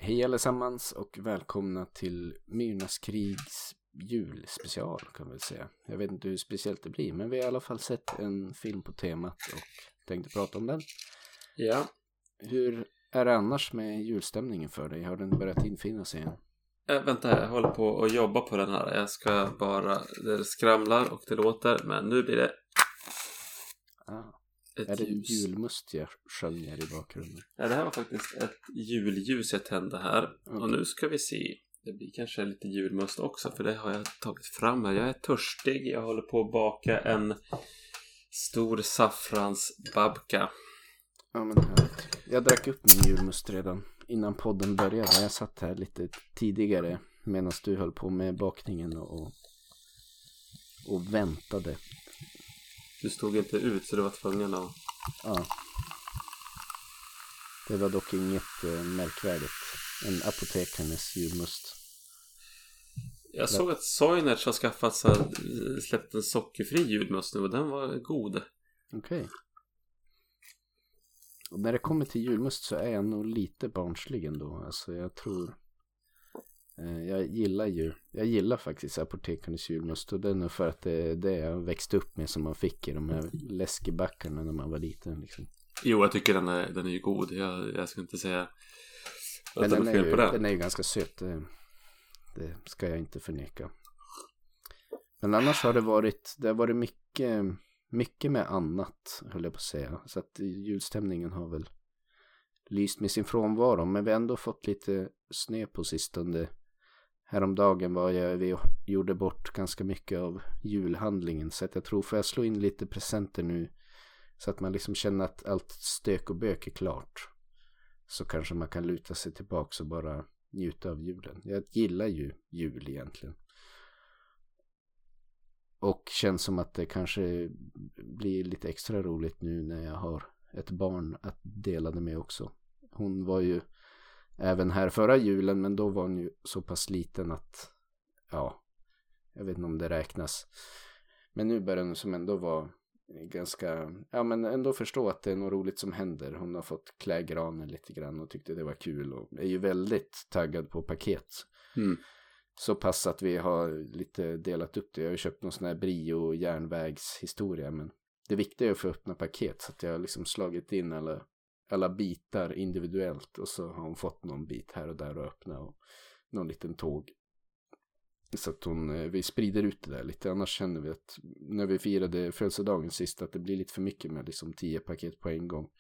Hej allesammans och välkomna till Myrornas krigs julspecial kan man väl säga. Jag vet inte hur speciellt det blir, men vi har i alla fall sett en film på temat och tänkte prata om den. Ja. Hur är det annars med julstämningen för dig? Har den börjat infinna sig igen? Vänta, jag håller på att jobba på den här. Jag ska bara, det skramlar och det låter, men nu blir det är det julmust jag sjunger i bakgrunden? Ja, det här var faktiskt ett julljus jag tände här. Och nu ska vi se. Det blir kanske lite julmust också, för det har jag tagit fram här. Jag är törstig. Jag håller på att baka en stor saffransbabka. Ja, men härligt. Jag drack upp min julmust redan innan podden började. Jag satt här lite tidigare medan du höll på med bakningen och väntade. Du stod inte ut så du var tvungen att... Ja. Det var dock inget märkvärdigt. En apotekarnes julmust. Jag såg att Soinerts har släppt en sockerfri julmust nu och den var god. Okej. Och när det kommer till julmust så är jag nog lite barnslig ändå. Alltså jag tror... Jag gillar faktiskt apotekarnas julmust. Och det är nog för att det är det jag växte upp med som man fick i de här läskebackarna när man var liten liksom. Jo, jag tycker den är ju god. Jag ska inte säga att den är fel på den. Den är ju ganska söt. Det ska jag inte förneka. Men annars har det har varit mycket med annat, höll jag på att säga. Så att julstämningen har väl lyst med sin frånvaro. Men vi har ändå fått lite snö på sistone. Häromdagen vi gjorde bort ganska mycket av julhandlingen. Så att jag tror, får jag slå in lite presenter nu. Så att man liksom känner att allt stök och bök är klart. Så kanske man kan luta sig tillbaka och bara njuta av julen. Jag gillar ju jul egentligen. Och känns som att det kanske blir lite extra roligt nu när jag har ett barn att dela det med också. Hon var ju även här förra julen, men då var hon ju så pass liten att jag vet inte om det räknas. Men nu börjar hon som ändå vara ganska, men ändå förstå att det är något roligt som händer. Hon har fått klä granen lite grann och tyckte det var kul och är ju väldigt taggad på paket. Så pass att vi har lite delat upp det. Jag har ju köpt någon sån här Brio järnvägshistoria, men det viktiga är att få öppna paket, så att jag har liksom slagit in alla bitar individuellt och så har hon fått någon bit här och där att öppna och någon liten tåg. Så att vi sprider ut det där lite. Annars känner vi att när vi firade födelsedagen sist att det blir lite för mycket med liksom 10 paket på en gång.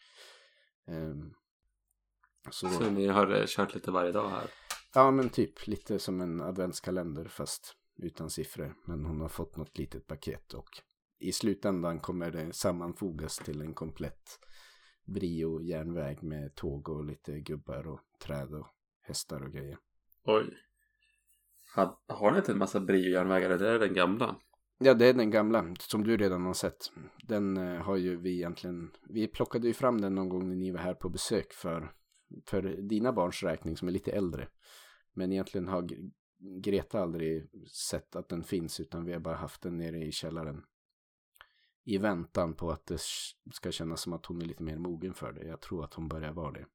Så ni har kört lite varje dag här? Ja, men typ lite som en adventskalender fast utan siffror. Men hon har fått något litet paket och i slutändan kommer det sammanfogas till en komplett Brio järnväg med tåg och lite gubbar och träd och hästar och grejer. Oj. Har ni inte en massa Brio-järnvägar? Det är den gamla. Ja, det är den gamla som du redan har sett. Den har ju vi egentligen... Vi plockade ju fram den någon gång när ni var här på besök för dina barns räkning som är lite äldre. Men egentligen har Greta aldrig sett att den finns, utan vi har bara haft den nere i källaren. I väntan på att det ska kännas som att hon är lite mer mogen för det. Jag tror att hon börjar vara det.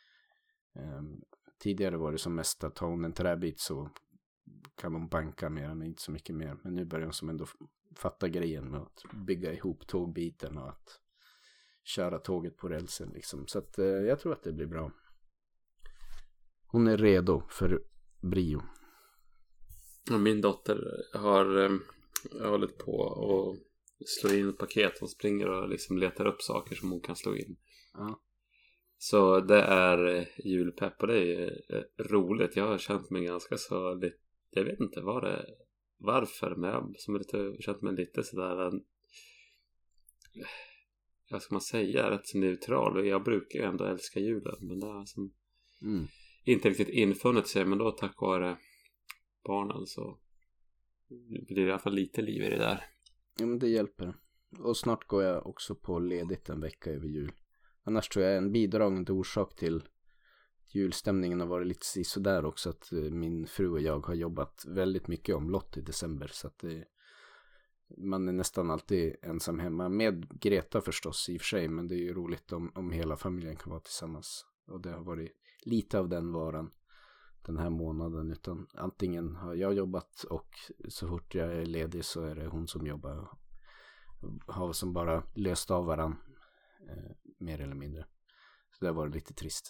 Tidigare var det som mest att ta hon en träbit så kan hon banka mer, men inte så mycket mer. Men nu börjar hon som ändå fatta grejen med att bygga ihop tågbiten och att köra tåget på rälsen liksom. Så att jag tror att det blir bra. Hon är redo för Brio. Ja, min dotter har hållit på och slå in ett paket. Hon springer och liksom letar upp saker som hon kan slå in. Ja. Så det är julpepp och det är roligt. Jag har känt mig ganska så lite, jag vet inte varför, men jag har känt mig lite sådär, vad ska man säga, rätt så neutral. Jag brukar ju ändå älska julen, men det är som inte riktigt infunnit sig. Men då tack vare barnen så blir det i alla fall lite liv i det där. Ja, men det hjälper. Och snart går jag också på ledigt en vecka över jul. Annars tror jag en bidragande orsak till julstämningen har varit lite sådär också att min fru och jag har jobbat väldigt mycket omlott i december, så att man är nästan alltid ensam hemma med Greta förstås i och för sig, men det är ju roligt om hela familjen kan vara tillsammans, och det har varit lite av den varan. den här månaden, utan antingen har jag jobbat och så fort jag är ledig så är det hon som jobbar. Har som bara löst av varann mer eller mindre. Så det var lite trist.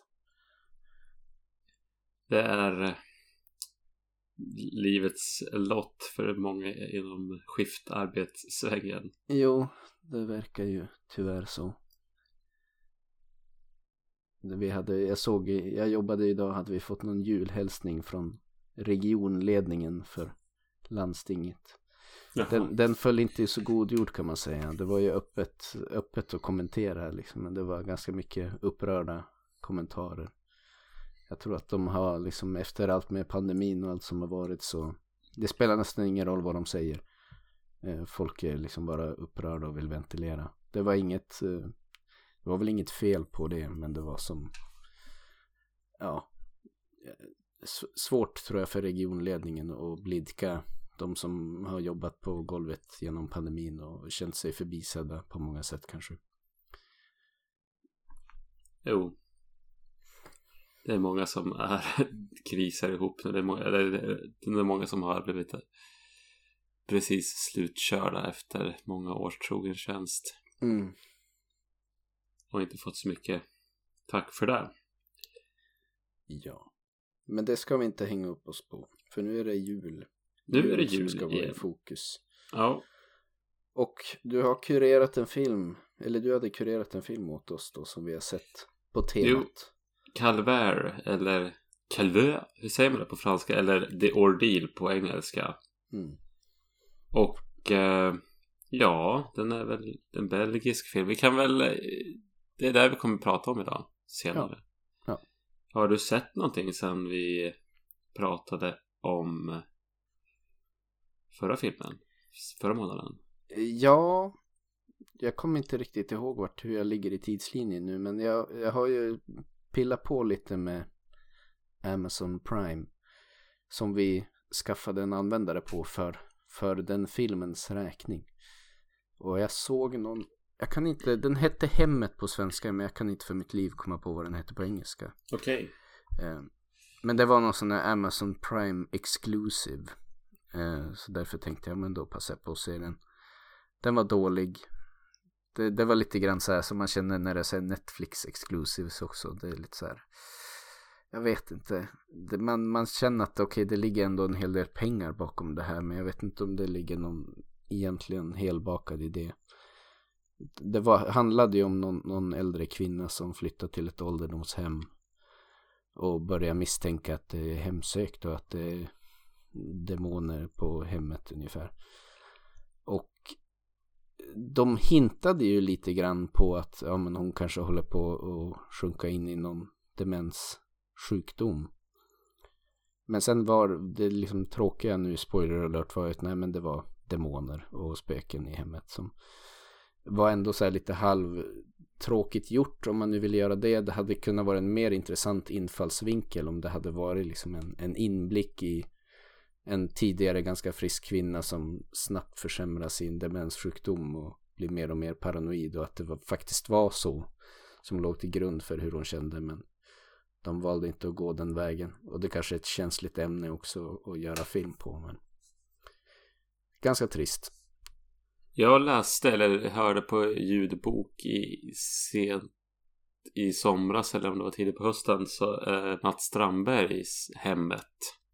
Det är livets lott för många inom skiftarbetssvängen. Jo, det verkar ju tyvärr så. Jag jobbade idag, hade vi fått någon julhälsning från regionledningen för landstinget. Den föll inte i så god jord kan man säga. Det var ju öppet att kommentera liksom, men det var ganska mycket upprörda kommentarer. Jag tror att de har liksom, efter allt med pandemin och allt som har varit, så det spelar nästan ingen roll vad de säger. Folk är liksom bara upprörda och vill ventilera. Det var väl inget fel på det, men det var som svårt tror jag för regionledningen att blidka de som har jobbat på golvet genom pandemin och känt sig förbisedda på många sätt kanske. Jo. Det är många som är krisar ihop nu. Det är många som har blivit precis slutkörda efter många års trogen tjänst. Mm. Och inte fått så mycket tack för det. Ja. Men det ska vi inte hänga upp oss på. För nu är det jul. Nu är det jul som ska vara i fokus. Ja. Och du har kurerat en film. Eller du hade kurerat en film åt oss då, som vi har sett på temat. Jo. Calvaire eller Calvaire, hur säger man det på franska? Eller The Ordeal på engelska. Mm. Och ja, den är väl en belgisk film. Vi kan väl, det är där vi kommer prata om idag senare. Ja. Har du sett någonting sen vi pratade om förra månaden? Ja, jag kommer inte riktigt ihåg hur jag ligger i tidslinjen nu, men jag har ju pillat på lite med Amazon Prime som vi skaffade en användare på för den filmens räkning. Och jag såg den hette Hemmet på svenska, men jag kan inte för mitt liv komma på vad den hette på engelska. Okej. Men det var någon sån här Amazon Prime exclusive. Så därför tänkte jag, men då passar jag på att se den. Den var dålig. Det var lite grann så här som man känner när det är så här Netflix exclusives också. Det är lite så här, jag vet inte. Man känner att okej, det ligger ändå en hel del pengar bakom det här, men jag vet inte om det ligger någon egentligen helbakad idé. Handlade ju om någon äldre kvinna som flyttar till ett ålderdomshem och börjar misstänka att det är hemsökt och att det är demoner på hemmet ungefär. Och de hintade ju lite grann på att men hon kanske håller på att sjunka in i någon demenssjukdom. Men sen var det liksom tråkiga, nu spoiler alert, var att men det var demoner och spöken i hemmet som var ändå så här lite halvtråkigt gjort om man nu vill göra det. Det hade kunnat vara en mer intressant infallsvinkel om det hade varit liksom en inblick i en tidigare ganska frisk kvinna som snabbt försämrar sin demenssjukdom och blir mer och mer paranoid, och att det faktiskt var så som låg till grund för hur hon kände, men de valde inte att gå den vägen. Och det kanske är ett känsligt ämne också att göra film på, men ganska trist. Jag läste eller hörde på ljudbok i somras, eller om det var tidigt på hösten, så Mats Strandbergs Hemmet.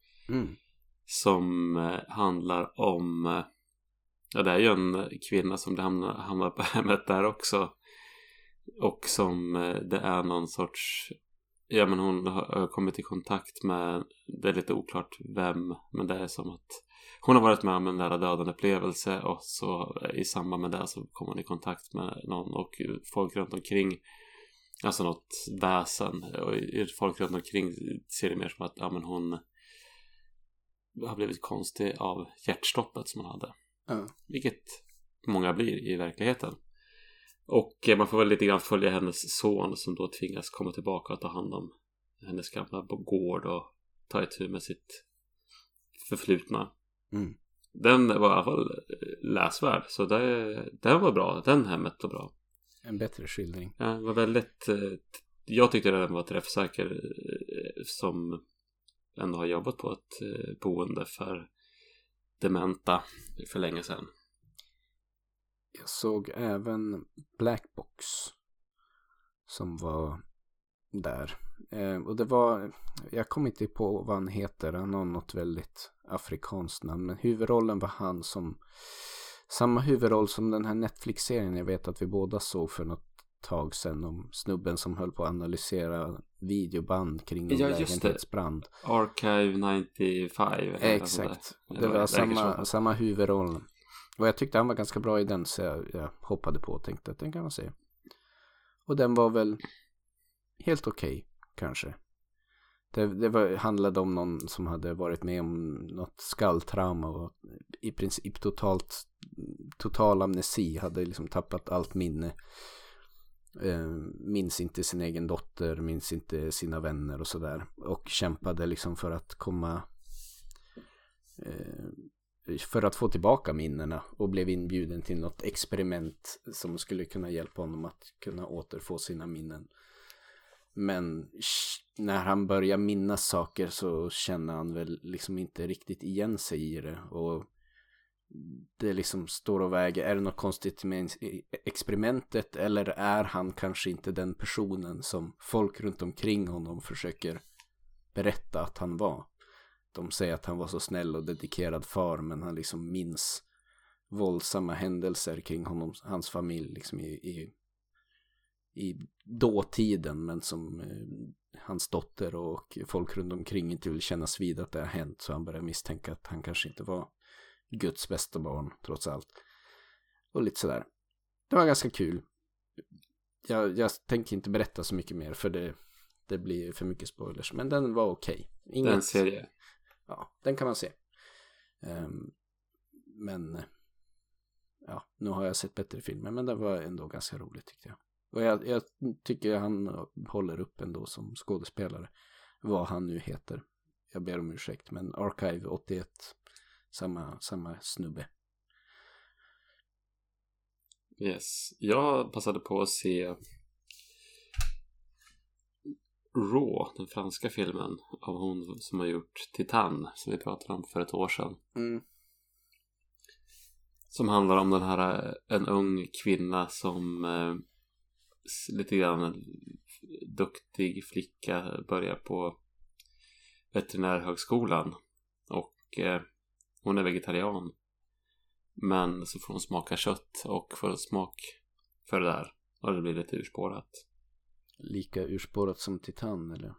Som handlar om det är ju en kvinna som hamnar på hemmet där också, och som det är någon sorts men hon har kommit i kontakt med, det är lite oklart vem, men det är som att hon har varit med om en nära döden upplevelse, och så i samband med det så kommer hon i kontakt med någon, och folk runt omkring, alltså något väsen, och folk runt omkring ser det mer som att hon har blivit konstig av hjärtstoppet som hon hade. Vilket många blir i verkligheten. Och man får väl lite grann följa hennes son som då tvingas komma tillbaka och ta hand om hennes gamla gård och ta itu med sitt förflutna. Den var i alla fall läsvärd, så den var bra. Den Hemmet var bra. En bättre skildring. Ja, var väldigt, jag tyckte den var träffsäker som ändå har jobbat på ett boende för dementa för länge sedan. Jag såg även Black Box som var där. Och det var, jag kommer inte på vad han heter, han har något väldigt afrikanskt namn, men huvudrollen var han som, samma huvudroll som den här Netflix-serien jag vet att vi båda såg för något tag sedan, om snubben som höll på att analysera videoband kring en lägenhetsbrand. Archive 95. Exakt, det var samma huvudroll. Och jag tyckte han var ganska bra i den, så jag hoppade på och tänkte att den kan man se. Och den var väl helt okej, kanske. Det handlade om någon som hade varit med om något skalltrauma och i princip total amnesi, hade liksom tappat allt minne. Minns inte sin egen dotter, minns inte sina vänner och sådär. Och kämpade liksom för att för att få tillbaka minnena, och blev inbjuden till något experiment som skulle kunna hjälpa honom att kunna återfå sina minnen. Men när han börjar minnas saker så känner han väl liksom inte riktigt igen sig i det, och det liksom står och väger, är det något konstigt med experimentet, eller är han kanske inte den personen som folk runt omkring honom försöker berätta att han var. De säger att han var så snäll och dedikerad far, men han liksom minns våldsamma händelser kring honom, hans familj liksom i dåtiden, men som hans dotter och folk runt omkring inte vill kännas vid att det har hänt, så han börjar misstänka att han kanske inte var Guds bästa barn trots allt. Och lite sådär. Det var ganska kul. Jag tänker inte berätta så mycket mer, för det blir för mycket spoilers, men den var okej. Den serie. Ja, den kan man se. Men ja, nu har jag sett bättre filmer, men det var ändå ganska roligt tyckte jag. Och jag tycker han håller upp ändå som skådespelare, vad han nu heter. Jag ber om ursäkt, men Archive 81, samma snubbe. Yes, jag passade på att se Raw, den franska filmen av hon som har gjort Titan, som vi pratade om för ett år sedan. Som handlar om en ung kvinna som lite grann duktig flicka börjar på veterinärhögskolan, och hon är vegetarian, men så får hon smaka kött och får smak för det där, och det blir lite urspårat. Lika urspårat som Titan, eller?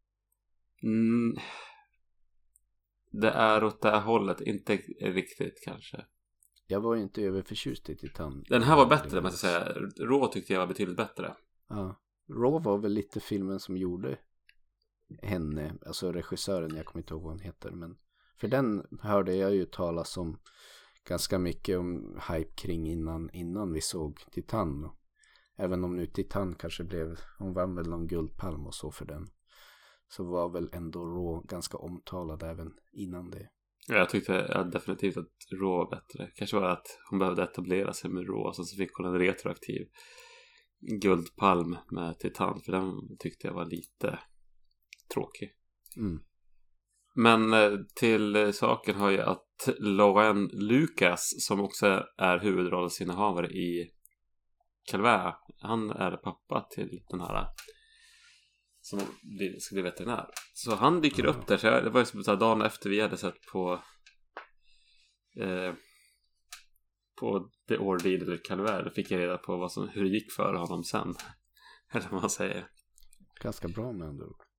Det är åt det här hållet, inte riktigt kanske. Jag var ju inte överförtjust i Titan. Den här var bättre, man ska säga. Raw tyckte jag var betydligt bättre. Ja, Raw var väl lite filmen som gjorde henne, alltså regissören, jag kommer inte ihåg vad hon heter, men för den hörde jag ju talas om ganska mycket, om hype kring innan vi såg Titan. Även om nu Titan kanske hon vann väl någon guldpalm och så för den, så var väl ändå Raw ganska omtalad även innan det. Ja, jag tyckte definitivt att Raw var bättre. Kanske var att hon behövde etablera sig med Raw, så fick hon en retroaktiv guldpalm med Titan, för den tyckte jag var lite tråkig. Men till saken har ju att Lauren Lucas, som också är huvudrollsinnehavare i Calvert, han är pappa till den här som ska bli veterinär. Så han dyker upp där, så det var ju som så här, dagen efter vi hade sett på The Ordeal eller Calvert, då fick jag reda på hur det gick för honom sen. Eller vad man säger. Ganska bra med andra ord.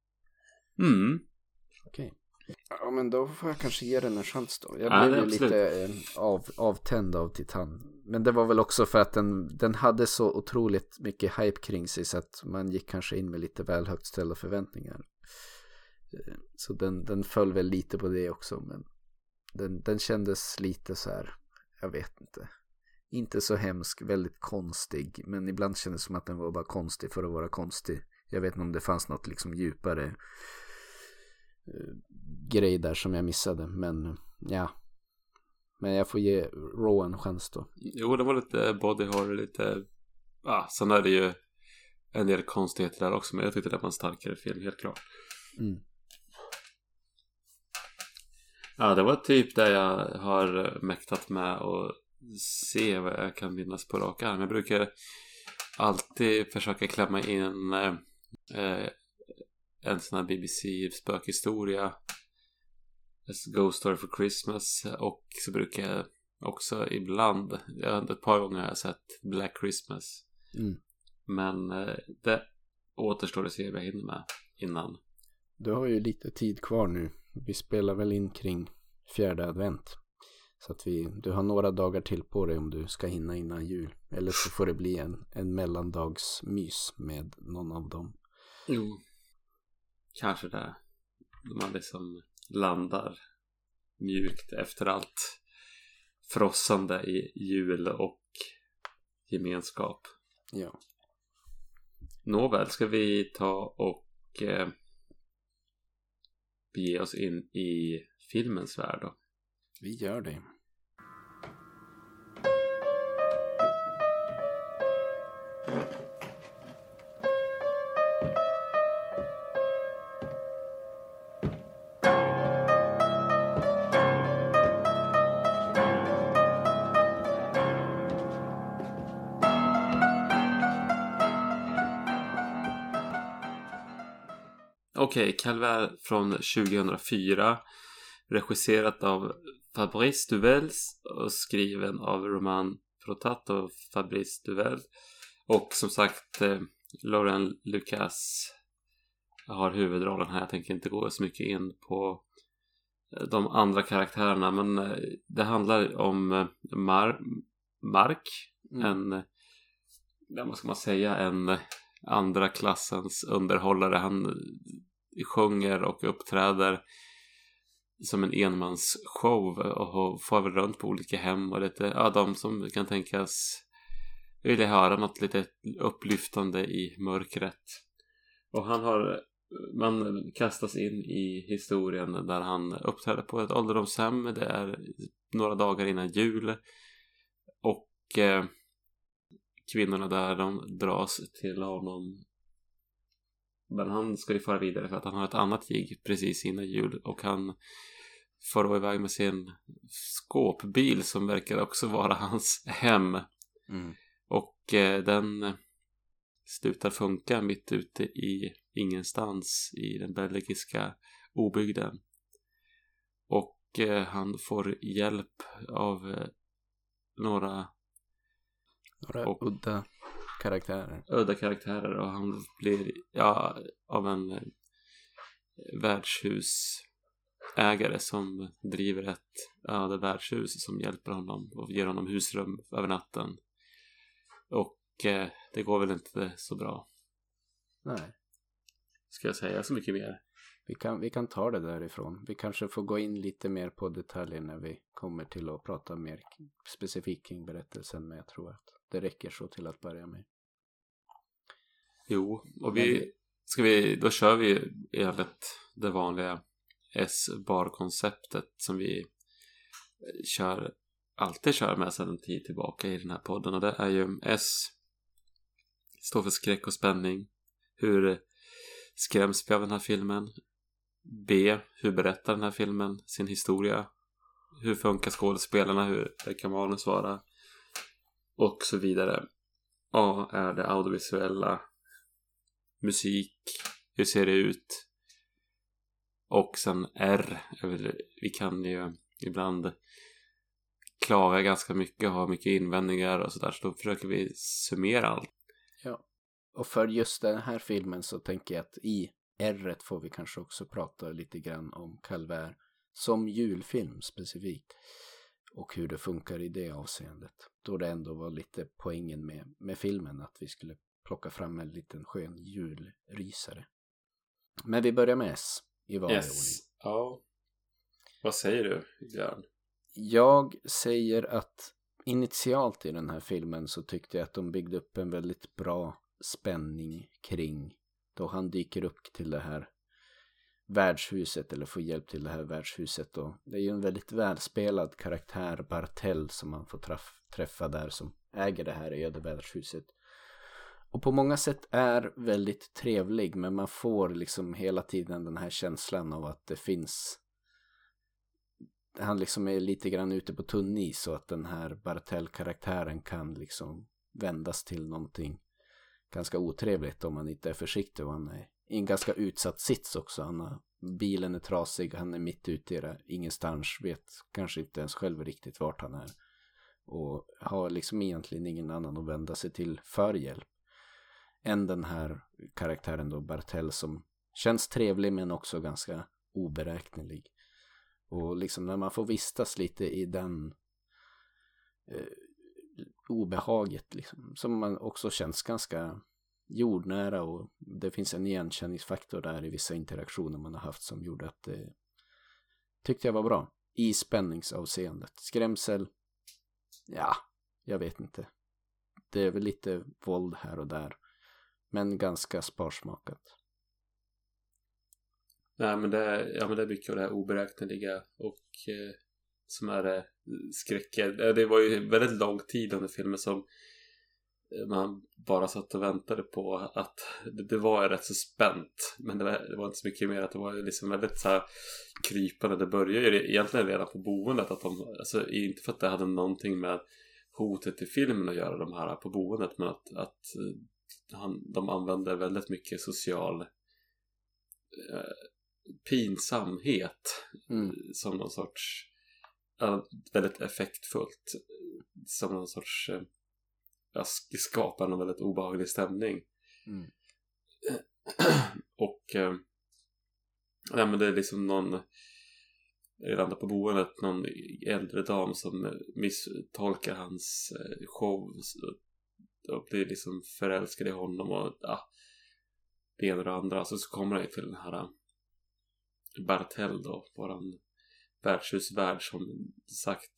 Okej. Ja, men då får jag kanske ge den en chans då. Jag blev ju lite avtänd av Titan. Men det var väl också för att den hade så otroligt mycket hype kring sig, så att man gick kanske in med lite väl högt ställda förväntningar. Så den föll väl lite på det också. Men den kändes lite så här, jag vet inte så hemsk, väldigt konstig. Men ibland kändes det som att den var bara konstig för att vara konstig. Jag vet inte om det fanns något liksom djupare grej där som jag missade, men ja. Men jag får ge Raw en chans då. Jo, det var lite body horror, lite sen är det ju en del konstigheter där också, men jag tyckte det var en starkare film, helt klart. Ja, det var typ där jag har mäktat med och se vad jag kan minnas på rak arm. Jag brukar alltid försöka klämma in en sån här BBC-spökhistoria, Ghost Story for Christmas, och så brukar jag också ibland, ett par gånger har jag sett Black Christmas. Men det återstår att se vad jag hinner med innan. Du har ju lite tid kvar nu. Vi spelar väl in kring 4:e advent. Så att du har några dagar till på dig om du ska hinna innan jul. Eller så får det bli en mellandagsmys med någon av dem. Jo, kanske det. Man liksom landar mjukt efter allt frossande i jul och gemenskap. Ja. Nåväl, ska vi ta och bege oss in i filmens värld då? Vi gör det. Okej, Calvaire från 2004. Regisserat av Fabrice Duvels och skriven av Roman Protat och Fabrice Duvel. Och som sagt, Laurent Lucas har huvudrollen här. Jag tänker inte gå så mycket in på de andra karaktärerna, men det handlar om Mark, vad ska man säga, en andra klassens underhållare. Han sjunger och uppträder som en enmansshow och får väl runt på olika hem och lite, de som kan tänkas vilja höra något lite upplyftande i mörkret. Och man kastas in i historien där han uppträder på ett ålderdomshem. Det är några dagar innan jul och kvinnorna där, de dras till honom. Men han ska ju fara vidare för att han har ett annat gig precis innan jul. Och han får då iväg med sin skåpbil som verkar också vara hans hem. Och den slutar funka mitt ute i ingenstans i den belgiska obygden. Och han får hjälp av några udda karaktärer och han blir av en värdshusägare som driver ett värdshus som hjälper honom och ger honom husrum över natten. Och det går väl inte så bra. Nej. Ska jag säga så mycket mer? Vi kan ta det därifrån. Vi kanske får gå in lite mer på detaljer när vi kommer till att prata mer specifikt kring berättelsen, men jag tror att det räcker så till att börja med. Jo, och då kör vi enligt det vanliga S-bar-konceptet som vi alltid kör med sedan en tid tillbaka i den här podden. Och det är ju S står för skräck och spänning. Hur skräms vi av den här filmen? B, hur berättar den här filmen sin historia? Hur funkar skådespelarna? Hur kan manus vara? Och så vidare. A är det audiovisuella, musik, hur ser det ut? Och sen R, vi kan ju ibland klaga ganska mycket, ha mycket invändningar och sådär, så då försöker vi summera allt. Ja, och för just den här filmen så tänker jag att i R får vi kanske också prata lite grann om Calvaire som julfilm specifikt och hur det funkar i det avseendet. Då det ändå var lite poängen med filmen, att vi skulle plocka fram en liten skön julrysare. Men vi börjar med S i vanlig ordning. Ja. Vad säger du, Björn? Jag säger att initialt i den här filmen så tyckte jag att de byggde upp en väldigt bra spänning kring då han dyker upp till det här värdshuset, eller får hjälp till det här värdshuset. Och det är ju en väldigt välspelad karaktär, Bartel, som man får träffa där, som äger det här öde värdshuset. Och på många sätt är väldigt trevlig, men man får liksom hela tiden den här känslan av att det finns han liksom är lite grann ute på tunn is, så att den här Bartell-karaktären kan liksom vändas till någonting ganska otrevligt om man inte är försiktig, och han är i en ganska utsatt sits också. Bilen är trasig, han är mitt ute i det ingenstans, vet kanske inte ens själv riktigt vart han är och har liksom egentligen ingen annan att vända sig till för hjälp än den här karaktären då, Bartell, som känns trevlig men också ganska oberäknelig. Och liksom när man får vistas lite i den obehaget liksom, som man också känns ganska jordnära, och det finns en igenkänningsfaktor där i vissa interaktioner man har haft som gjorde att det tyckte jag var bra i spänningsavseendet. Skrämsel, ja, jag vet inte. Det är väl lite våld här och där, men ganska sparsmakat. Nej, men det är mycket av det här oberäkneliga och som är det skräckiga. Det var ju väldigt lång tid under filmen som man bara satt och väntade på att det var rätt så spänt, men det var inte så mycket mer, att det var liksom väldigt så här krypande. Det började ju egentligen redan på boendet, att de, alltså inte för att det hade någonting med hotet i filmen att göra, de här på boendet, men att de använde väldigt mycket social pinsamhet som någon sorts väldigt effektfullt, som någon sorts skapar någon väldigt obehaglig stämning. Och nej, men det är liksom någon redan där på boendet, någon äldre dam som misstolkar hans show och blir liksom förälskad i honom, och det ena och det andra. Alltså, så kommer det till den här Bartell då, våran värdshusvärd, som sagt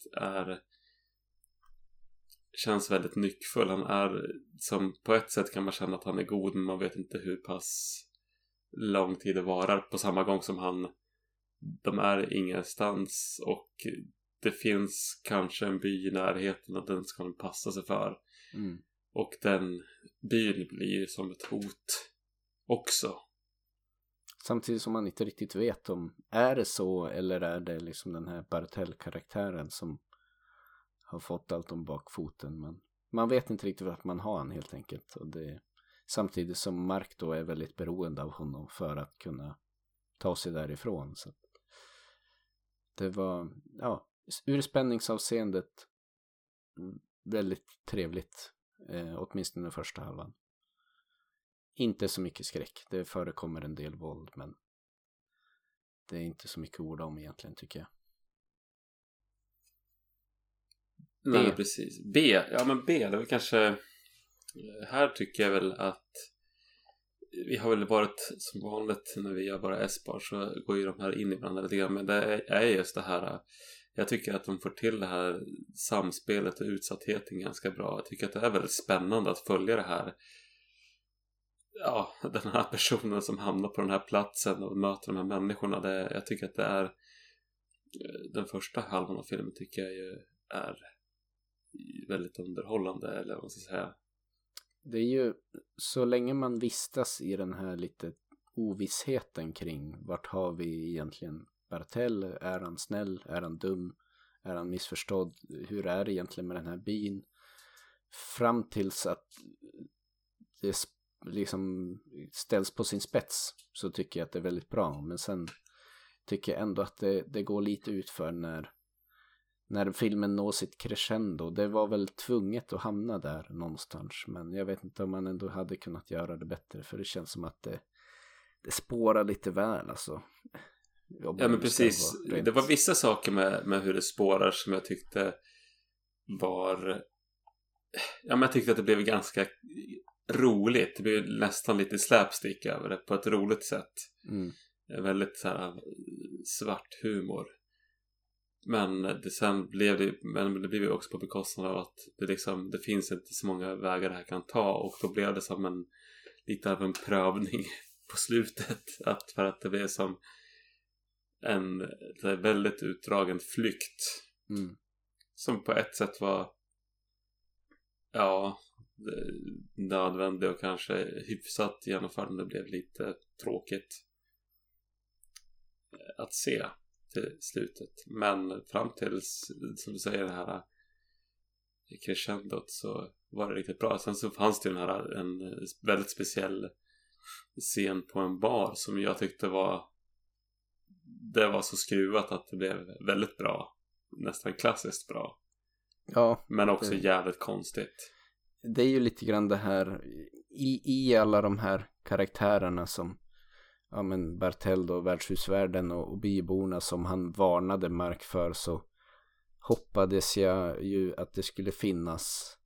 känns väldigt nyckfull. Han är, som på ett sätt kan man känna att han är god, men man vet inte hur pass lång tid det varar, på samma gång som de är ingenstans, och det finns kanske en by i närheten och den ska man passa sig för. Och den byn blir som ett hot också. Samtidigt som man inte riktigt vet om är det så, eller är det liksom den här Bartell-karaktären som har fått allt om bakfoten. Men man vet inte riktigt vad man har han, helt enkelt. Och det, samtidigt som Mark då är väldigt beroende av honom för att kunna ta sig därifrån. Så det var, ja, ur spänningsavseendet väldigt trevligt. Åtminstone den första halvan. Inte så mycket skräck. Det förekommer en del våld, men det är inte så mycket ord om egentligen, tycker jag. Nej, precis. B, det är väl kanske, här tycker jag väl att vi har väl varit som vanligt när vi gör bara S-bar, så går ju de här in i varandra lite grann, men det är just det här, jag tycker att de får till det här samspelet och utsattheten ganska bra. Jag tycker att det är väldigt spännande att följa det här, den här personen som hamnar på den här platsen och möter de här människorna. Jag tycker att det är den första halvan av filmen, tycker jag ju är väldigt underhållande, eller vad man ska säga. Det är ju, så länge man vistas i den här lite ovissheten kring vart har vi egentligen Bartell, är han snäll, är han dum, är han missförstådd, hur är det egentligen med den här byn, fram tills att det liksom ställs på sin spets, så tycker jag att det är väldigt bra. Men sen tycker jag ändå att det går lite utför när filmen når sitt crescendo. Det var väl tvunget att hamna där någonstans, men jag vet inte om man ändå hade kunnat göra det bättre, för det känns som att det spårar lite väl, alltså. Ja, men precis. Det var vissa saker med hur det spårar som jag tyckte var, men jag tyckte att det blev ganska roligt. Det blev nästan lite slapstick över det på ett roligt sätt. Väldigt så här svart humor. Men det blev ju också på bekostnad av att det finns inte så många vägar det här kan ta, och då blev det som lite av en prövning på slutet, för att det blev som en väldigt utdragen flykt som på ett sätt var nödvändig och kanske hyfsat genomförd, men det blev lite tråkigt att se, till slutet. Men fram till, som du säger, det här crescendot, så var det riktigt bra. Sen så fanns det en väldigt speciell scen på en bar som jag tyckte det var så skruvat att det blev väldigt bra. Nästan klassiskt bra. Ja. Men också jävligt konstigt. Det är ju lite grann det här i alla de här karaktärerna som Bartell då, värdshusvärden och byborna som han varnade Mark för, så hoppades jag ju att det skulle finnas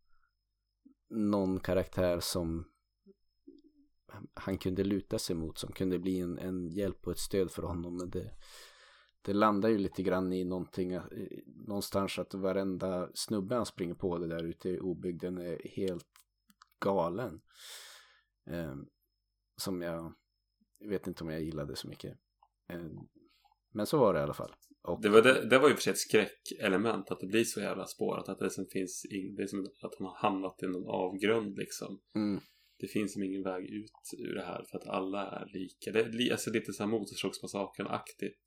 någon karaktär som han kunde luta sig mot, som kunde bli en hjälp och ett stöd för honom. Men det landar ju lite grann i någonting någonstans att varenda snubbe han springer på det där ute i obygden är helt galen. Som jag vet inte om jag gillade så mycket. Men så var det i alla fall. Och det var ju för sig ett skräckelement att det blir så jävla spårat, att det som finns det är som att han har hamnat i någon avgrund liksom. Det finns som ingen väg ut ur det här för att alla är lika. Det är alltså lite så här Motorsågsmassakern-aktigt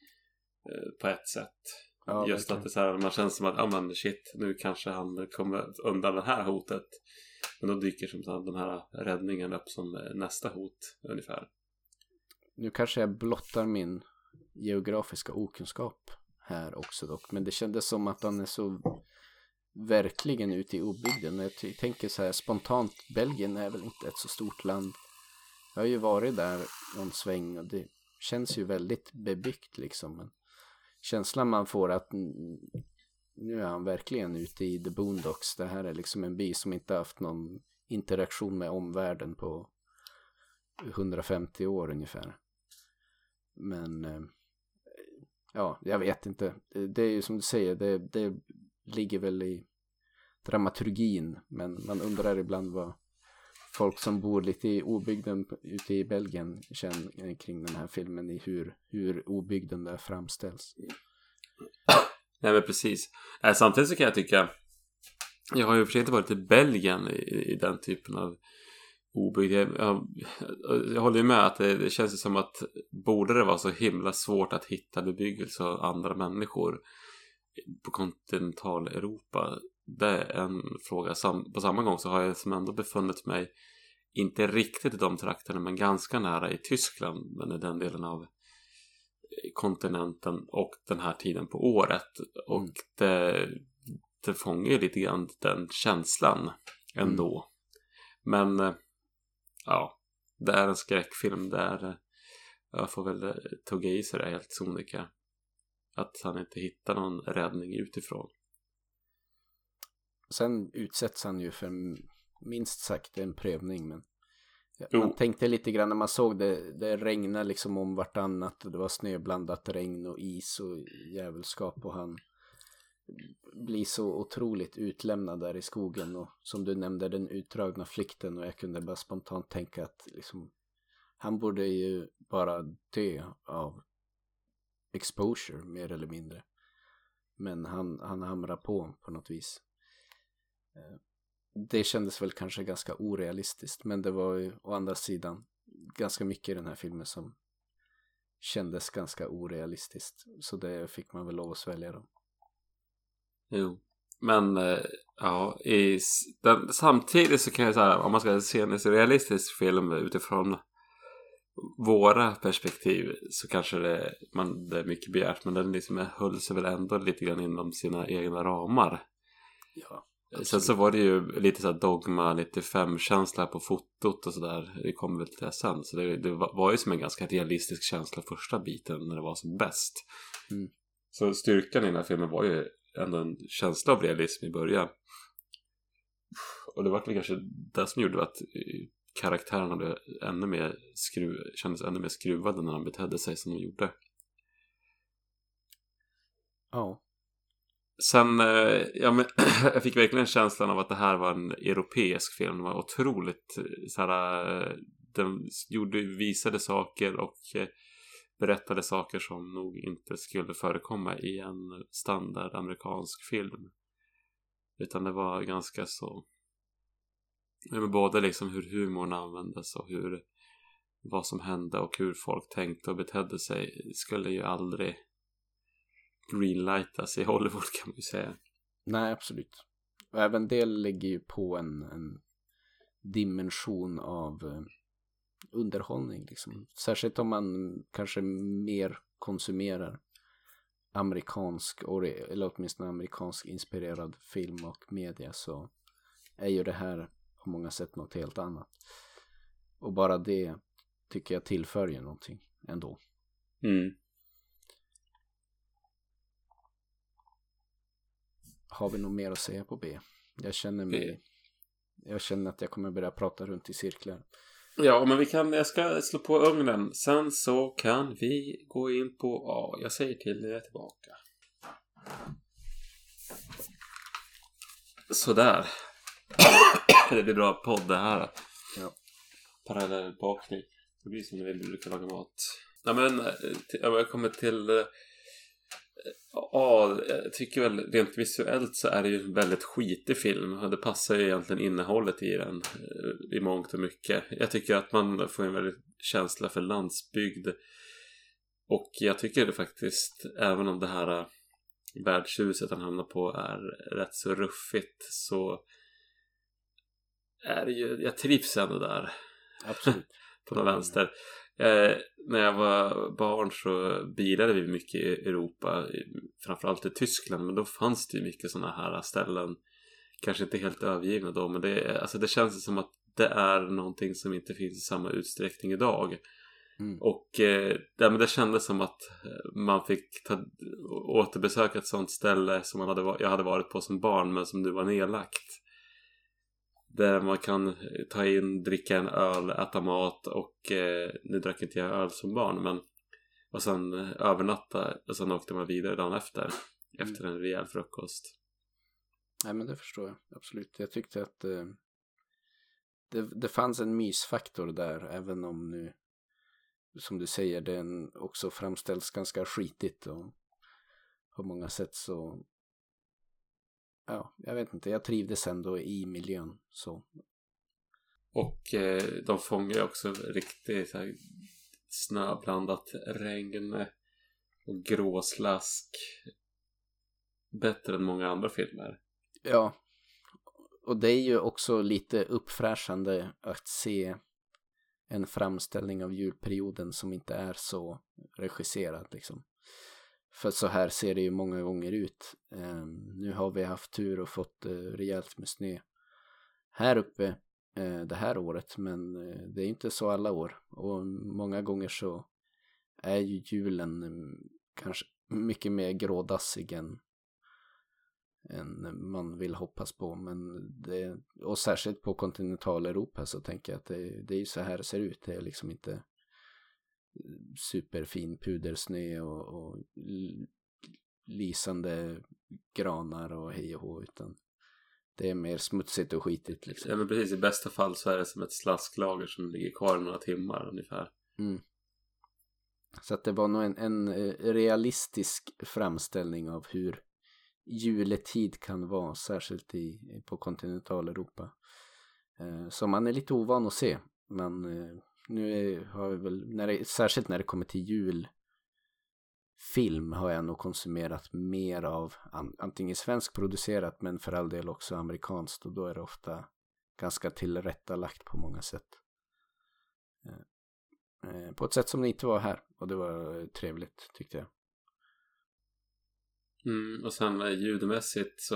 på ett sätt. Ja, just verkligen. Att det så här, man känner som att shit, nu kanske han kommer undan det här hotet. Men då dyker som så här, den här räddningen upp som nästa hot ungefär. Nu kanske jag blottar min geografiska okunskap här också dock, men det kändes som att han är så verkligen ute i obygden. Jag tänker så här spontant, Belgien är väl inte ett så stort land. Jag har ju varit där någon sväng och det känns ju väldigt bebyggt liksom, men känslan man får att nu är han verkligen ute i the boondocks. Det här är liksom en by som inte haft någon interaktion med omvärlden på 150 år ungefär. Men ja, jag vet inte. Det är ju som du säger, det ligger väl i dramaturgin, men man undrar ibland vad folk som bor lite i obygden ute i Belgien känner kring den här filmen, i hur obygden där framställs. Nej men precis. Samtidigt så kan jag tycka, jag har ju försökt varit i Belgien i den typen av obygd. Jag håller ju med att det känns som att borde det vara så himla svårt att hitta bebyggelse och andra människor på kontinental Europa. Det är en fråga. På samma gång så har jag som ändå befunnit mig inte riktigt i de trakterna, men ganska nära i Tyskland, men i den delen av kontinenten och den här tiden på året. Och det fångar ju lite grann den känslan ändå. Men ja, det är en skräckfilm där jag får väl tugga i sig det helt sonika. Att han inte hittar någon räddning utifrån. Sen utsätts han ju för minst sagt en prövning, men man tänkte lite grann när man såg det regnade liksom om vartannat, det var snöblandat regn och is och djävulskap, och han blir så otroligt utlämnad där i skogen, och som du nämnde, den utdragna flykten, och jag kunde bara spontant tänka att liksom, han borde ju bara dö av exposure mer eller mindre, men han hamrar på något vis. Det kändes väl kanske ganska orealistiskt, men det var ju å andra sidan ganska mycket i den här filmen som kändes ganska orealistiskt, så det fick man väl lov att svälja då. Jo, men ja, samtidigt så kan jag säga, om man ska se en realistisk film utifrån våra perspektiv, så kanske det är mycket begärt, men den liksom höll sig väl ändå lite grann inom sina egna ramar. Ja. Sen så var det ju lite så här Dogma 95-känsla på fotot och sådär. Det kommer väl till det sen. Så det var ju som en ganska realistisk känsla första biten när det var som bäst. Så styrkan i den här filmen var ju ändå en känsla av realism i början. Och det var väl kanske det som gjorde att karaktärerna blev kändes ännu mer skruvade när de betedde sig som de gjorde. Ja. Sen, jag fick verkligen känslan av att det här var en europeisk film. Den var otroligt såhär, den visade saker och berättade saker som nog inte skulle förekomma i en standard amerikansk film. Utan det var ganska så, både liksom hur humorn användes och vad som hände och hur folk tänkte och betedde sig skulle ju aldrig greenlightas i Hollywood, kan man ju säga. Nej, absolut. Och även det lägger ju på en dimension av underhållning liksom. Särskilt om man kanske mer konsumerar amerikansk, eller åtminstone amerikansk inspirerad film och media, så är ju det här på många sätt något helt annat. Och bara det tycker jag tillför ju någonting ändå. Har vi nog mer att säga på B? Jag känner att jag kommer börja prata runt i cirklar. Ja, men jag ska slå på ugnen. Sen så kan vi gå in på A. Jag säger till när jag är tillbaka. Sådär. Det blir bra podd det här. Ja. Parallell bakning. Det blir som när vi brukar laga mat. Ja, men jag kommer till ja, jag tycker väl rent visuellt så är det ju en väldigt skitig film. Och det passar ju egentligen innehållet i den i mångt och mycket. Jag tycker att man får en väldigt känsla för landsbygd. Och jag tycker det faktiskt, även om det här värdshuset han hamnar på är rätt så ruffigt, så är det ju, jag trivs ändå där. Absolut. På den vänster. När jag var barn så bilade vi mycket i Europa, framförallt i Tyskland, men då fanns det ju mycket sådana här ställen, kanske inte helt övergivna då, men det känns som att det är någonting som inte finns i samma utsträckning idag. Och men det kändes som att man fick återbesöka ett sånt ställe som jag hade varit på som barn, men som nu var nedlagt. Där man kan ta in, dricka en öl, äta mat och nu drack inte jag öl som barn, men och sen övernatta och sen åkte man vidare dagen efter en rejäl frukost. Nej, men det förstår jag, absolut. Jag tyckte att det fanns en mysfaktor där, även om nu, som du säger, den också framställs ganska skitigt och på många sätt så, ja, jag vet inte, jag trivdes ändå i miljön så. Och de fångar ju också riktigt så här snöblandat regn och gråslask bättre än många andra filmer. Ja, och det är ju också lite uppfräschande att se en framställning av julperioden som inte är så regisserad liksom. För så här ser det ju många gånger ut. Nu har vi haft tur och fått rejält med snö här uppe det här året, men det är inte så alla år. Och många gånger så är ju julen kanske mycket mer grådassig än man vill hoppas på. Men och särskilt på kontinentaleuropa så tänker jag att det är ju så här det ser ut. Det är liksom inte superfin pudersnö och lysande granar och hej och hå, utan det är mer smutsigt och skitigt liksom. Ja, men precis, i bästa fall så är det som ett slasklager som ligger kvar några timmar ungefär. Så att det var nog en realistisk framställning av hur juletid kan vara, särskilt på kontinentaleuropa, som man är lite ovan att se. Men nu har vi väl, särskilt när det kommer till julfilm, har jag nog konsumerat mer av antingen svenskproducerat, men för all del också amerikanskt, och då är det ofta ganska tillrättalagt på många sätt. På ett sätt som det inte var här, och det var trevligt tyckte jag. Och sen ljudmässigt så,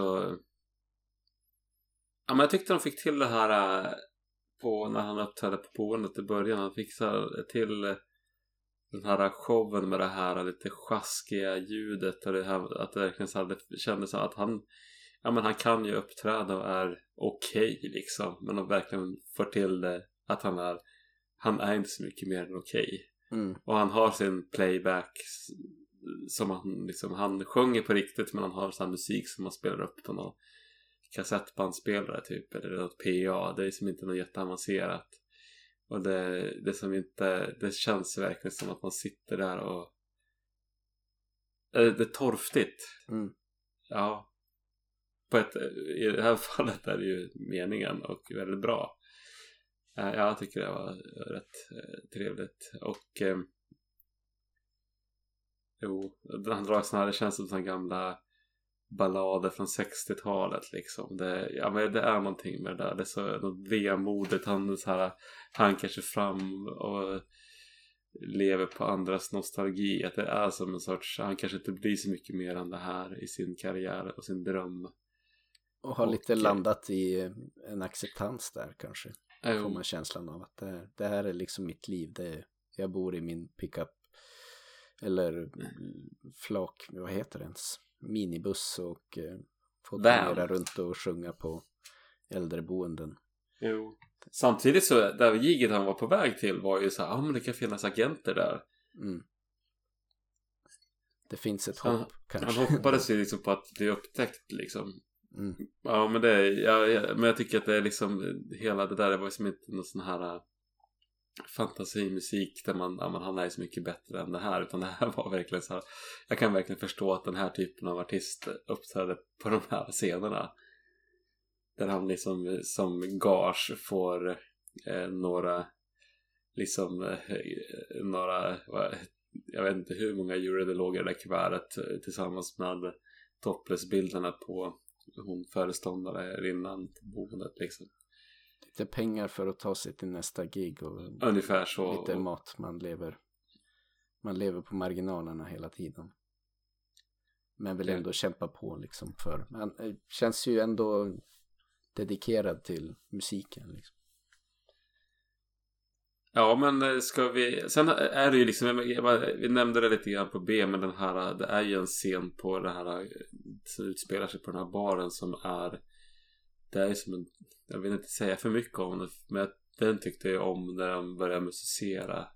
ja, men jag tyckte de fick till det här när han uppträdde på boendet i början. Han fixade till den här showen med det här lite sjaskiga ljudet, och att det verkligen så det kändes att han kan ju uppträda och är okej liksom, men de verkligen får till det att han är inte så mycket mer än okej. Och han har sin playback som han sjunger på riktigt, men han har sån musik som man spelar upp på någon kassettbandspelare typ, eller något PA. Det är som inte något jätteavancerat, och det känns verkligen som att man sitter där och det är torftigt. Ja, i det här fallet är det ju meningen och väldigt bra. Jag tycker det var rätt trevligt. Och Jo, han drar såna här, det känns som såna gamla ballader från 60-talet liksom. Men det är någonting med det där. Det är så något vemodigt. Han så här hankar sig fram och lever på andras nostalgi. Att det är som en sorts, han kanske inte blir så mycket mer än det här i sin karriär och sin dröm. Och har lite landat i en acceptans där kanske. Får man känslan av att det här är liksom mitt liv. Jag bor i min pickup eller flak, vad heter det ens? Minibuss och får turnera runt och sjunga på äldreboenden. Jo. Samtidigt så, där giget han var på väg till var ju så här, men det kan finnas agenter där. Mm. Det finns ett hopp kanske. Han hoppades ju liksom på att bli upptäckt liksom. Mm. Ja, men men jag tycker att det är liksom hela det där, det var som inte någon sån här fantasimusik där han är så mycket bättre än det här, utan det här var verkligen så här, jag kan verkligen förstå att den här typen av artist uppträder på de här scenerna där han liksom som gage får några jag vet inte hur många euro det låg i det där kuvertet tillsammans med topless-bilderna på hon föreståndare innan på boendet liksom. Lite pengar för att ta sig till nästa gig och ungefär så. Lite mat, man lever på marginalerna hela tiden. Men vill ändå kämpa på liksom, för han känns ju ändå dedikerad till musiken liksom. Ja, men ska vi... Sen är det ju liksom... Vi nämnde det lite grann på B, men den här... Det är ju en scen på det här... Som utspelar sig på den här baren som är... Det är som en... Jag vill inte säga för mycket om det, men den tyckte jag om när de började musicera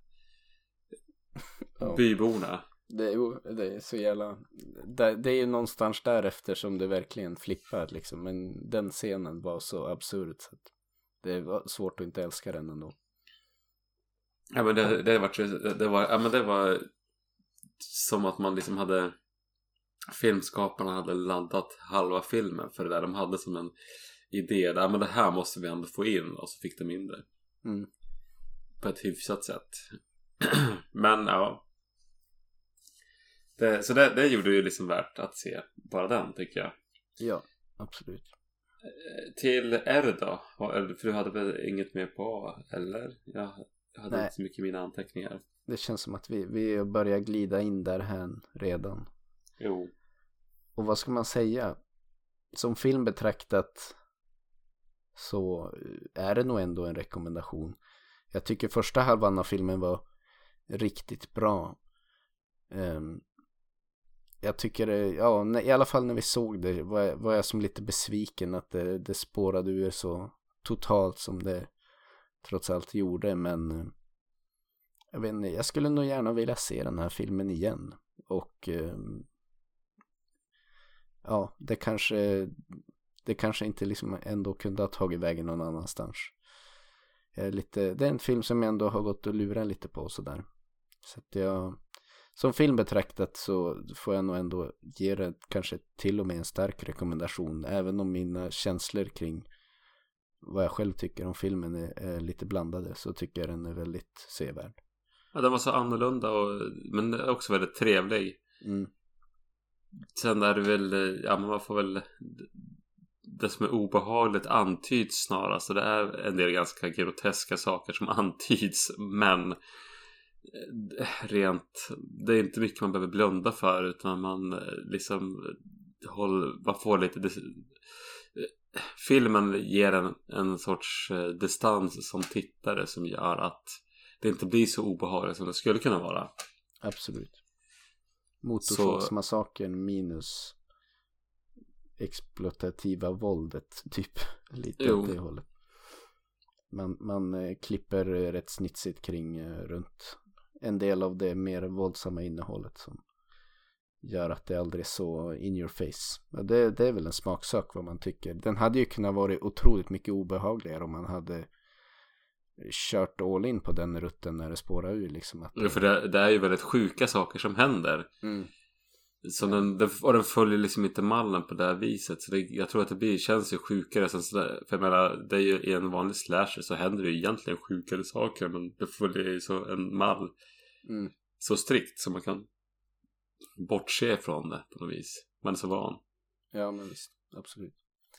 byborna. Det är så jävla... Det är ju någonstans därefter som det verkligen flippar liksom. Men den scenen var så absurd så att det var svårt att inte älska den ändå. Ja, men det var som att man liksom hade filmskaparna hade laddat halva filmen för det där. De hade som en idé där, men det här måste vi ändå få in, och så fick de in det. På ett hyfsat sätt. Men ja, det gjorde ju liksom värt att se bara den, tycker jag. Ja, absolut. Till R då? För du hade väl inget mer på A, eller? Jag hade inte så mycket i mina anteckningar. Det känns som att vi börjar glida in där här redan. Jo. Och vad ska man säga? Som film betraktat så är det nog ändå en rekommendation. Jag tycker första halvan av filmen var riktigt bra. Jag tycker i alla fall när vi såg det var jag som lite besviken att det spårade ur så totalt som det trots allt gjorde, men jag vet inte, jag skulle nog gärna vilja se den här filmen igen, och det kanske inte liksom ändå kunde ha tagit vägen någon annanstans. Det är en film som jag ändå har gått och lurat lite på sådär. Så att som film betraktat så får jag nog ändå ge det kanske till och med en stark rekommendation, även om mina känslor kring vad jag själv tycker om filmen är lite blandade, så tycker jag den är väldigt sevärd. Ja, den var så annorlunda men också väldigt trevlig. Sen är det väl, man får väl, det som är obehagligt antyds snarast, så det är en del ganska groteska saker som antyds, men det är inte mycket man behöver blunda för, utan man liksom man får lite filmen ger en sorts distans som tittare som gör att det inte blir så obehagligt som det skulle kunna vara. Absolut. Motorsågsmassakern minus exploatativa våldet typ, lite åt det hållet. Man klipper rätt snitsigt kring runt en del av det mer våldsamma innehållet som gör att det aldrig är så in your face. Det är väl en smaksak vad man tycker. Den hade ju kunnat vara otroligt mycket obehagligare om man hade kört all in på den rutten när det spårar ur liksom. För det är ju väldigt sjuka saker som händer. Så den följer liksom inte mallen på det här viset. Så jag tror att känns ju sjukare. För jag menar, det är ju i en vanlig slasher så händer det ju egentligen sjukare saker, men det följer ju så en mall så strikt som man kan bortse från det på något vis. Man är så van. Ja, men visst, absolut.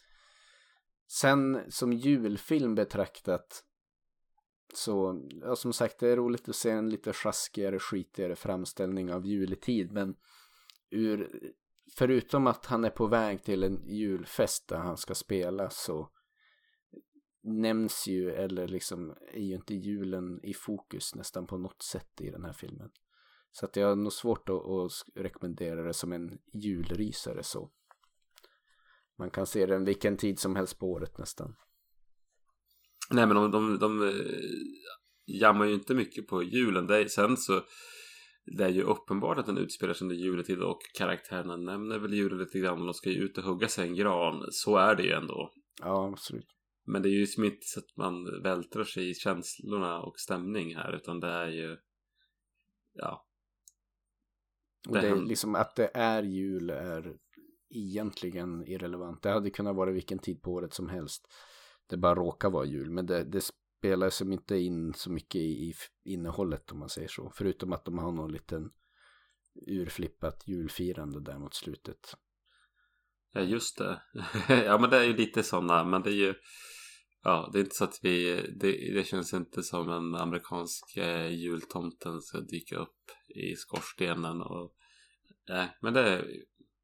Sen som julfilm betraktat, så, ja, som sagt, det är roligt att se en lite sjaskigare, skitigare framställning av juletid, men förutom att han är på väg till en julfest där han ska spela, så nämns ju, eller liksom är ju inte julen i fokus nästan på något sätt i den här filmen. Så att jag har nog svårt att rekommendera det som en julrysare så. Man kan se den vilken tid som helst på året nästan. Nej, men de jammar ju inte mycket på julen. Sen så det är ju uppenbart att den utspelar sig under juletid och karaktärerna nämner väl julen lite grann och de ska ju ut och hugga sig en gran. Så är det ju ändå. Ja, absolut. Men det är ju som inte så att man vältrar sig i känslorna och stämning här, utan det är ju ja. Och det är liksom att det är jul är egentligen irrelevant. Det hade kunnat vara vilken tid på året som helst. Det bara råkar vara jul, men det spelar som inte in så mycket i innehållet om man säger så. Förutom att de har någon liten urflippat julfirande där mot slutet. Ja, just det. Ja, men det är ju lite sådana, men det är ju ja, det är inte så att det känns inte som en amerikansk jultomten ska dyka upp i skorstenen och men det är.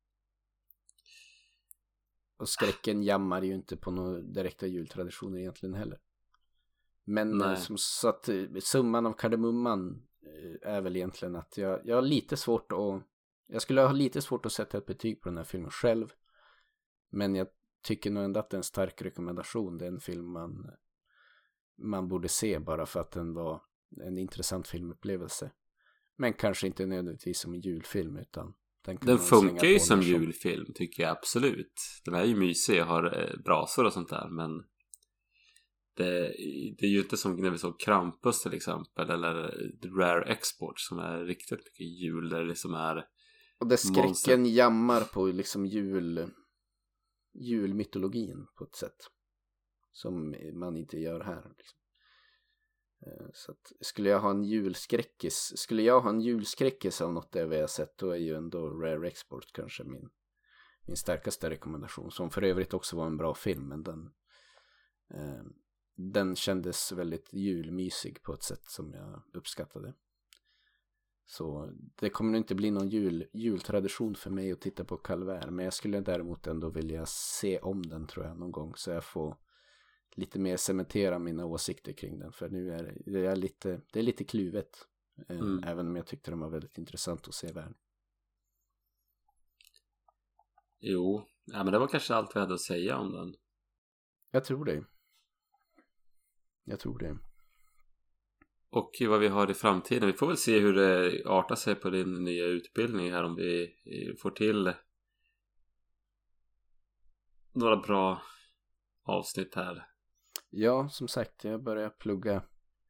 Och skräcken jammar ju inte på några direkta jultraditioner egentligen heller. Men som så att summan av kardemumman är väl egentligen att jag har lite svårt jag skulle ha lite svårt att sätta ett betyg på den här filmen själv. Men jag tycker nog ändå att det är en stark rekommendation. Det är en film man borde se bara för att den var en intressant filmupplevelse. Men kanske inte nödvändigtvis som en julfilm, utan den funkar ju som julfilm tycker jag absolut. Den är ju mysig och har brasor och sånt där, men det är ju inte som när vi såg Krampus till exempel, eller The Rare Export som är riktigt mycket jul där det liksom är. Och det skräcken jammar på liksom julmytologin på ett sätt som man inte gör här liksom. Så att skulle jag ha en julskräckis av något där vi har sett, då är ju ändå Rare Export kanske min starkaste rekommendation, som för övrigt också var en bra film, men den kändes väldigt julmysig på ett sätt som jag uppskattade. Så det kommer nog inte bli någon jultradition för mig att titta på Calvaire, men jag skulle däremot ändå vilja se om den, tror jag, någon gång, så jag får lite mer cementera mina åsikter kring den, för nu är det är lite kluvet, även om jag tyckte den var väldigt intressant att se världen. Jo, ja, men det var kanske allt vi hade att säga om den. Jag tror det. Och vad vi har i framtiden. Vi får väl se hur det artar sig på din nya utbildning här, om vi får till några bra avsnitt här. Ja, som sagt, jag börjar plugga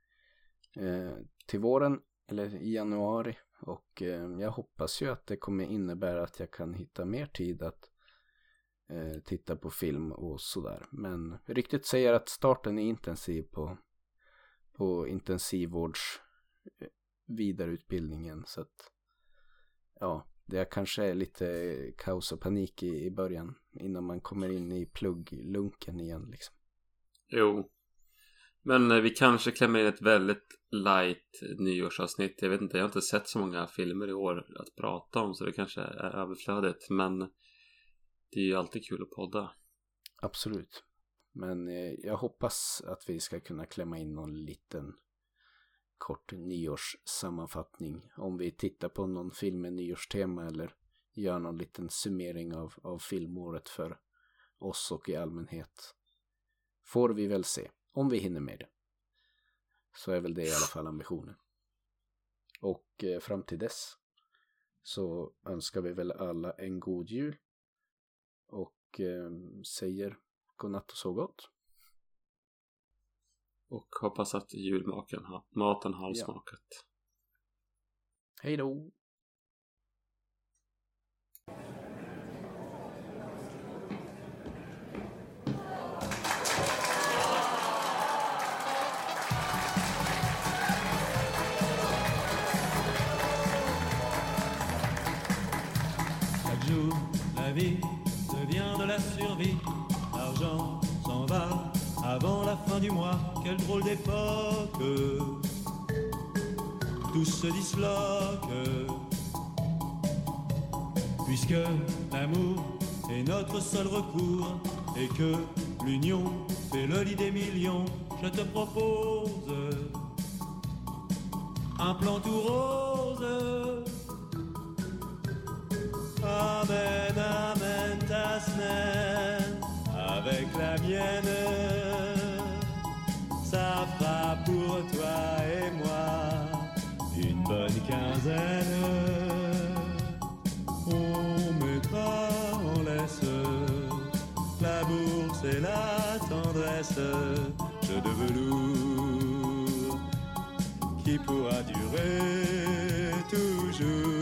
till våren eller i januari, och jag hoppas ju att det kommer innebära att jag kan hitta mer tid att titta på film och sådär. Men ryktet säger att starten är intensiv på intensivvårds vidareutbildningen, så att ja, det kanske är lite kaos och panik i början innan man kommer in i plugglunken igen liksom. Jo, men vi kanske klämmer in ett väldigt light nyårsavsnitt. Jag vet inte, jag har inte sett så många filmer i år att prata om, så det kanske är överflödigt, men det är ju alltid kul att podda. Absolut. Men jag hoppas att vi ska kunna klämma in någon liten kort nyårssammanfattning. Om vi tittar på någon film med nyårstema eller gör någon liten summering av filmåret för oss och i allmänhet. Får vi väl se. Om vi hinner med det. Så är väl det i alla fall ambitionen. Och fram till dess så önskar vi väl alla en god jul. Och säger godnatt och så gott. Och hoppas att maten har smakat. Hej då! fin du mois, quelle drôle d'époque. Tous se disloquent, puisque l'amour est notre seul recours et que l'union fait le lit des millions. Je te propose un plan tout rose. Amène, amène ta semaine avec la mienne. Ça fera pour toi et moi une bonne quinzaine. On mettra en laisse la bourse et la tendresse, jeu de velours qui pourra durer toujours.